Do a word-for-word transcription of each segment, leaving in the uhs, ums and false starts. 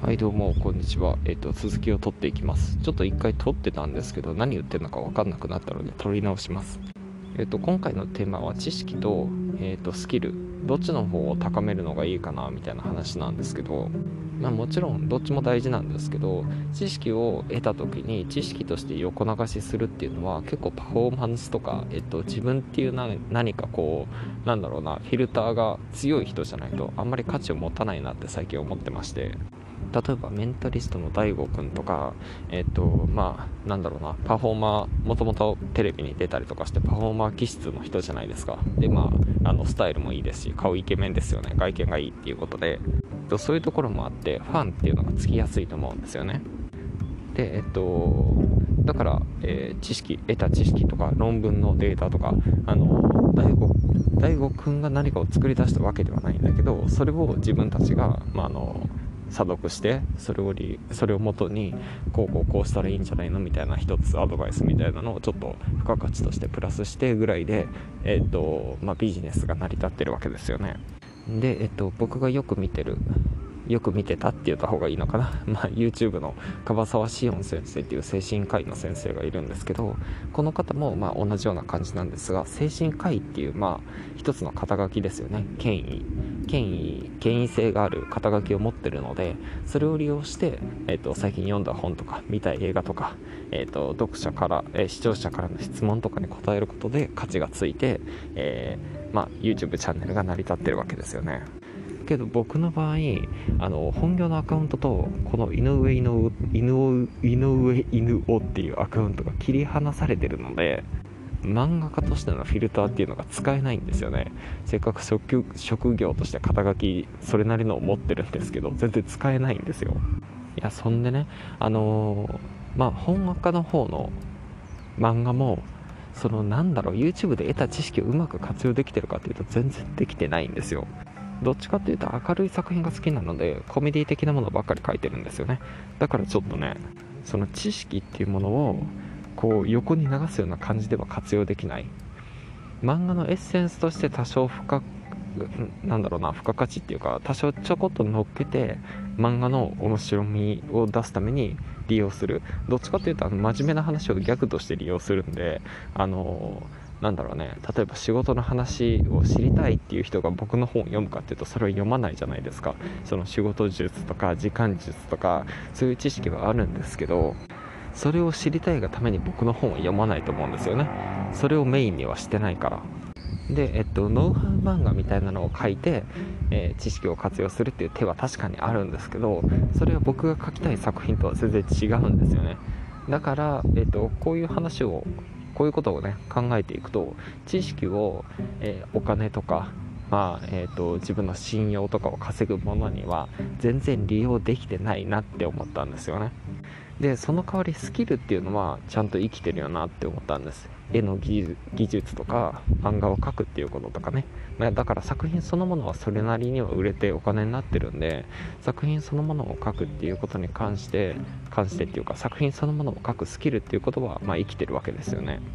はい、どうもこんにちは。えっ、と続きを取っていきます。ちょっと一回取ってたんですけど、何言ってるのか分かんなくなったので取り直します。えっ、と今回のテーマは知識と,、えー、とスキル、どっちの方を高めるのがいいかなみたいな話なんですけど、まあ、もちろんどっちも大事なんですけど、知識を得た時に知識として横流しするっていうのは結構パフォーマンスとか、えっと、自分っていうな何かこうなんだろうな、フィルターが強い人じゃないとあんまり価値を持たないなって最近思ってまして、例えばメンタリストの ダイゴ 君とか、えっとまあなんだろうな、パフォーマー、もともとテレビに出たりとかしてパフォーマー気質の人じゃないですか。でまああのスタイルもいいですし、顔イケメンですよね、外見がいいっていうことで、そういうところもあってファンっていうのがつきやすいと思うんですよね。でえっとだから、えー知識得た知識とか論文のデータとか、あの大悟大悟くんが何かを作り出したわけではないんだけど、それを自分たちが、まあ、あの査読して、それをりそれをもとにこうこうこうしたらいいんじゃないのみたいな一つアドバイスみたいなのをちょっと付加価値としてプラスしてぐらいで、えっとまあ、ビジネスが成り立ってるわけですよね。で、えっと、僕がよく見てるよく見てたって言った方がいいのかな、まあ、YouTube の樺沢志音先生っていう精神科医の先生がいるんですけど、この方もまあ同じような感じなんですが、精神科医っていうまあ一つの肩書きですよね。権威権威権威性がある肩書きを持ってるので、それを利用して、えー、と最近読んだ本とか見た映画とか、えー、と読者から、えー視聴者からの質問とかに答えることで価値がついて、えーまあ、YouTube チャンネルが成り立ってるわけですよね。けど僕の場合、あの本業のアカウントとこの井上井上井上井上犬尾っていうアカウントが切り離されてるので、漫画家としてのフィルターっていうのが使えないんですよね。せっかく職職業として肩書きそれなりのを持ってるんですけど、全然使えないんですよ。いや、そんでね、あのーまあ本画家の方の漫画も、そのなんだろう YouTube で得た知識をうまく活用できてるかっていうと全然できてないんですよ。どっちかっていうと明るい作品が好きなのでコメディ的なものばっかり書いてるんですよね。だからちょっとね、その知識っていうものをこう横に流すような感じでは活用できない。漫画のエッセンスとして多少付加なんだろうな付加価値っていうか、多少ちょこっと乗っけて漫画の面白みを出すために利用する。どっちかっていうとあの真面目な話をギャグとして利用するんで、あのなんだろうね、例えば仕事の話を知りたいっていう人が僕の本を読むかっていうと、それを読まないじゃないですか。その仕事術とか時間術とかそういう知識はあるんですけど、それを知りたいがために僕の本を読まないと思うんですよね。それをメインにはしてないから。で、えっと、ノウハウ漫画みたいなのを書いて、えー知識を活用するっていう手は確かにあるんですけど、それは僕が書きたい作品とは全然違うんですよね。だから、えっと、こういう話をこういうことをね考えていくと、知識を、えーお金とか、まあえー、と自分の信用とかを稼ぐものには全然利用できてないなって思ったんですよね。でその代わりスキルっていうのはちゃんと生きてるよなって思ったんです。絵の技術技術とか漫画を描くっていうこととかね、まあだから作品そのものはそれなりには売れてお金になってるんで、作品そのものを描くっていうことに関して関してっていうか作品そのものを描くスキルっていうことはまあ生きてるわけですよね。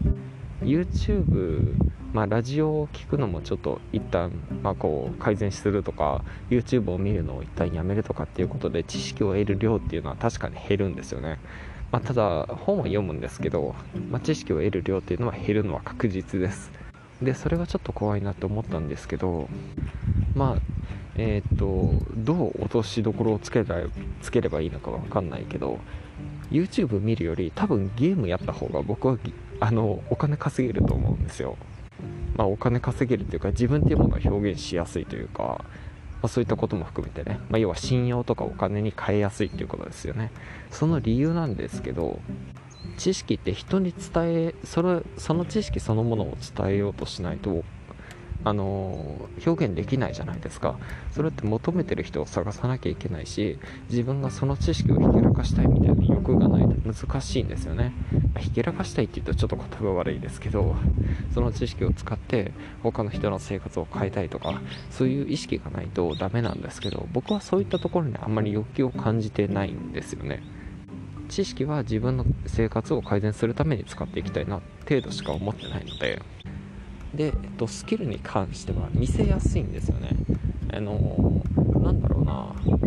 YouTube、まあ、ラジオを聞くのもちょっと一旦、まあ、こう改善するとか YouTube を見るのを一旦やめるとかっていうことで知識を得る量っていうのは確かに減るんですよね。まあ、ただ本は読むんですけど、まあ、知識を得る量っていうのは減るのは確実です。でそれがちょっと怖いなと思ったんですけど、まあえーっとどう落としどころをつけらつければいいのかわかんないけど、 YouTube 見るより多分ゲームやった方が僕はあのお金稼げると思うんですよ。まあ、お金稼げるというか自分っていうものを表現しやすいというか、まあ、そういったことも含めてね、まあ、要は信用とかお金に変えやすいっていうことですよね。その理由なんですけど、知識って人に伝えそれその知識そのものを伝えようとしないとあの表現できないじゃないですか。それって求めてる人を探さなきゃいけないし、自分がその知識をひけらかしたいみたいな欲がないと難しいんですよね。まあひけらかしたいって言うとちょっと言葉悪いですけど、その知識を使って他の人の生活を変えたいとか、そういう意識がないとダメなんですけど、僕はそういったところにあんまり欲求を感じてないんですよね。知識は自分の生活を改善するために使っていきたいな程度しか思ってないので、で、えっと、スキルに関しては見せやすいんですよね。あのなんだろうな、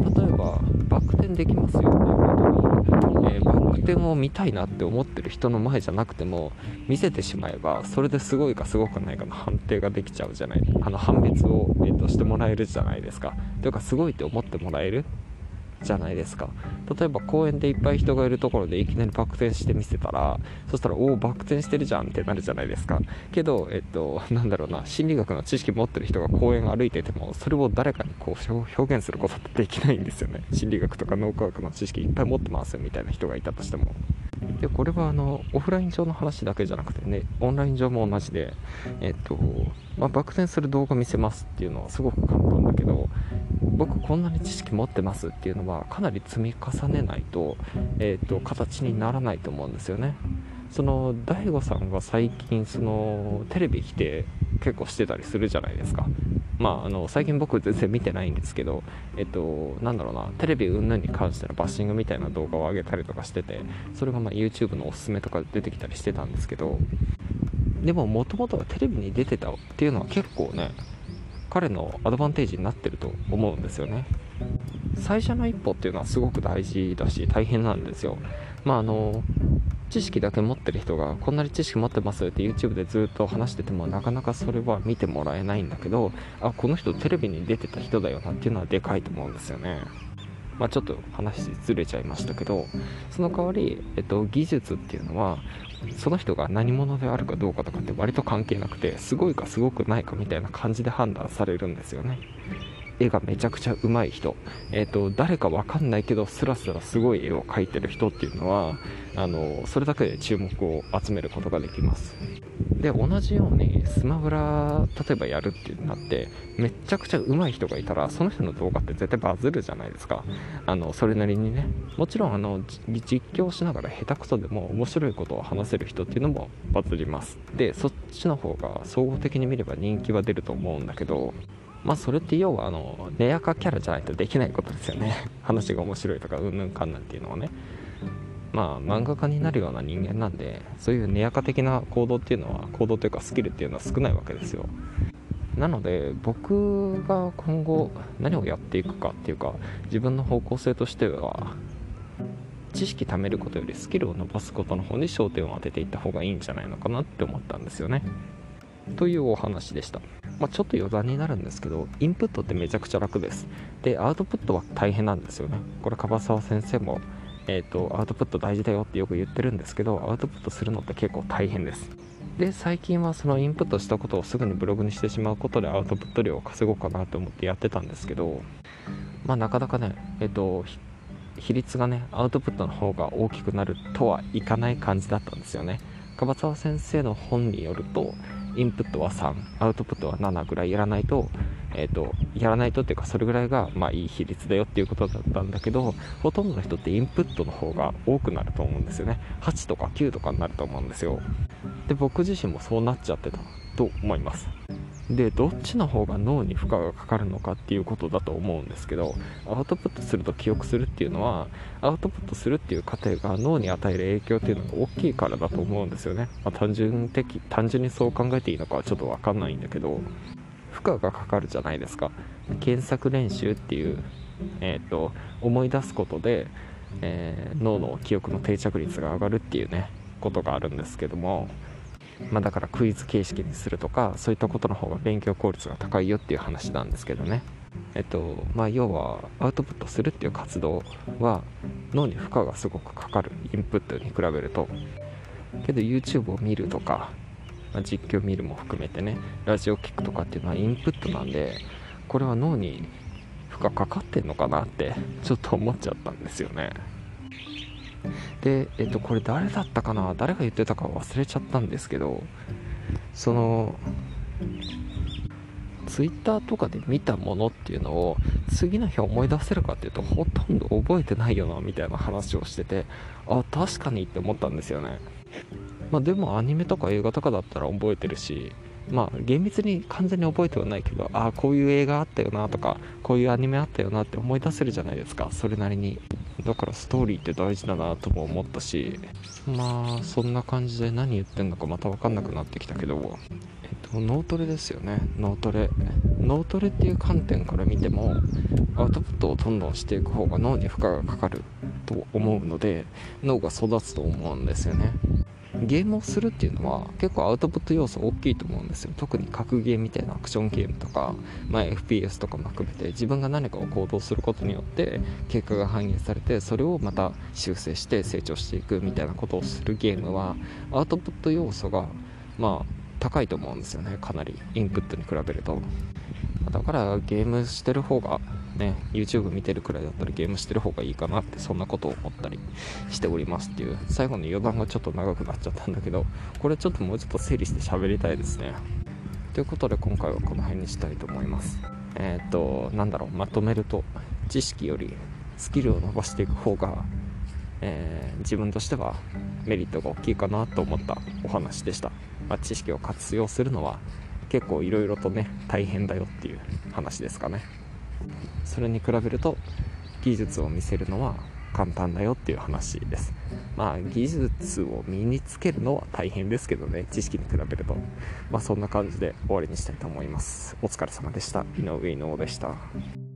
例えばバク転できますよっていうことに、えー、バク転を見たいなって思ってる人の前じゃなくても見せてしまえば、それですごいかすごくないかの判定ができちゃうじゃない、あの判別を、えー、としてもらえるじゃないですか。というかすごいって思ってもらえるじゃないですか。例えば公園でいっぱい人がいるところでいきなりバク転してみせたら、そしたらおおバク転してるじゃんってなるじゃないですか。けどえっとなんだろうな、心理学の知識持ってる人が公園を歩いててもそれを誰かにこう表現することってできないんですよね。心理学とか脳科学の知識いっぱい持ってますよみたいな人がいたとしても。でこれはあのオフライン上の話だけじゃなくてね、オンライン上も同じで、えっとまあ、バク転する動画見せますっていうのはすごく簡単だけど、僕こんなに知識持ってますっていうのはかなり積み重ねないと、えーと、形にならないと思うんですよね。その大悟さんが最近そのテレビ来て結構してたりするじゃないですか。まあ、あの最近僕全然見てないんですけど、えっとなんだろうな、テレビ云々に関してのバッシングみたいな動画を上げたりとかしてて、それがまあ YouTube のおすすめとかで出てきたりしてたんですけど、でももともとはテレビに出てたっていうのは結構ね、彼のアドバンテージになってると思うんですよね。最初の一歩っていうのはすごく大事だし大変なんですよ。まああの知識だけ持ってる人がこんなに知識持ってますって YouTube でずっと話しててもなかなかそれは見てもらえないんだけど、あ、この人テレビに出てた人だよなっていうのはでかいと思うんですよね。まあ、ちょっと話ずれちゃいましたけど、その代わり、えっと、技術っていうのはその人が何者であるかどうかとかって割と関係なくて、すごいかすごくないかみたいな感じで判断されるんですよね。絵がめちゃくちゃ上手い人、えーと、誰かわかんないけどスラスラすごい絵を描いてる人っていうのはあのそれだけで注目を集めることができます。で同じようにスマブラ例えばやるってなってめちゃくちゃ上手い人がいたらその人の動画って絶対バズるじゃないですか。あのそれなりにね、もちろんあの実況しながら下手くそでも面白いことを話せる人っていうのもバズります。でそっちの方が総合的に見れば人気は出ると思うんだけど、まあそれって要はあのレア化キャラじゃないとできないことですよね。話が面白いとかうんぬんかんなんっていうのはね、まあ漫画家になるような人間なんで、そういうネアカ的な行動っていうのは行動というかスキルっていうのは少ないわけですよ。なので僕が今後何をやっていくかっていうか、自分の方向性としては知識貯めることよりスキルを伸ばすことの方に焦点を当てていった方がいいんじゃないのかなって思ったんですよね。というお話でした。まあ、ちょっと余談になるんですけど、インプットってめちゃくちゃ楽です。でアウトプットは大変なんですよね。これ樺沢先生も、えーと、アウトプット大事だよってよく言ってるんですけど、アウトプットするのって結構大変です。で最近はそのインプットしたことをすぐにブログにしてしまうことでアウトプット量を稼ごうかなと思ってやってたんですけど、まあなかなかね、えっ、ー、と比率がねアウトプットの方が大きくなるとはいかない感じだったんですよね。樺沢先生の本によるとインプットはさん、アウトプットはななぐらいやらないと、えーと、やらないとっていうかそれぐらいがまあいい比率だよっていうことだったんだけど、ほとんどの人ってインプットの方が多くなると思うんですよね。はちとかきゅうとかになると思うんですよ。で僕自身もそうなっちゃってたと思います。でどっちの方が脳に負荷がかかるのかっていうことだと思うんですけど、アウトプットすると記憶するっていうのは、アウトプットするっていう過程が脳に与える影響っていうのが大きいからだと思うんですよね。まあ、単純的単純にそう考えていいのかはちょっと分かんないんだけど、負荷がかかるじゃないですか。検索練習っていう、えー、と思い出すことで、えー、脳の記憶の定着率が上がるっていうねことがあるんですけども、まあ、だからクイズ形式にするとかそういったことの方が勉強効率が高いよっていう話なんですけどね。えっとまあ要はアウトプットするっていう活動は脳に負荷がすごくかかる、インプットに比べると。けど YouTube を見るとか、まあ、実況見るも含めてね、ラジオ聞くとかっていうのはインプットなんで、これは脳に負荷かかってんのかなってちょっと思っちゃったんですよね。で、えっと、これ誰だったかな、誰が言ってたか忘れちゃったんですけど、そのツイッターとかで見たものっていうのを次の日思い出せるかっていうとほとんど覚えてないよなみたいな話をしてて、あ、確かにって思ったんですよね。まあでもアニメとか映画とかだったら覚えてるし、まあ厳密に完全に覚えてはないけど、ああこういう映画あったよなとかこういうアニメあったよなって思い出せるじゃないですか、それなりに。だからストーリーって大事だなとも思ったし、まあそんな感じで何言ってんのかまた分かんなくなってきたけど、えっ脳トレですよね。脳トレ脳トレっていう観点から見ても、アウトプットをどんどんしていく方が脳に負荷がかかると思うので、脳が育つと思うんですよね。ゲームをするっていうのは結構アウトプット要素大きいと思うんですよ。特に格ゲーみたいなアクションゲームとか、まあ、エフピーエス とかも含めて、自分が何かを行動することによって結果が反映されて、それをまた修正して成長していくみたいなことをするゲームはアウトプット要素がまあ高いと思うんですよね。かなりインプットに比べると。だからゲームしてる方がね、 YouTube 見てるくらいだったらゲームしてる方がいいかなって、そんなことを思ったりしておりますっていう。最後の余談がちょっと長くなっちゃったんだけど、これちょっともうちょっと整理して喋りたいですね。ということで今回はこの辺にしたいと思います。えー、っとなんだろうまとめると、知識よりスキルを伸ばしていく方が、えー、自分としてはメリットが大きいかなと思ったお話でした。まあ、知識を活用するのは結構いろいろとね大変だよっていう話ですかね。それに比べると技術を見せるのは簡単だよっていう話です。まあ技術を身につけるのは大変ですけどね、知識に比べると。まあそんな感じで終わりにしたいと思います。お疲れ様でした。井上井上でした。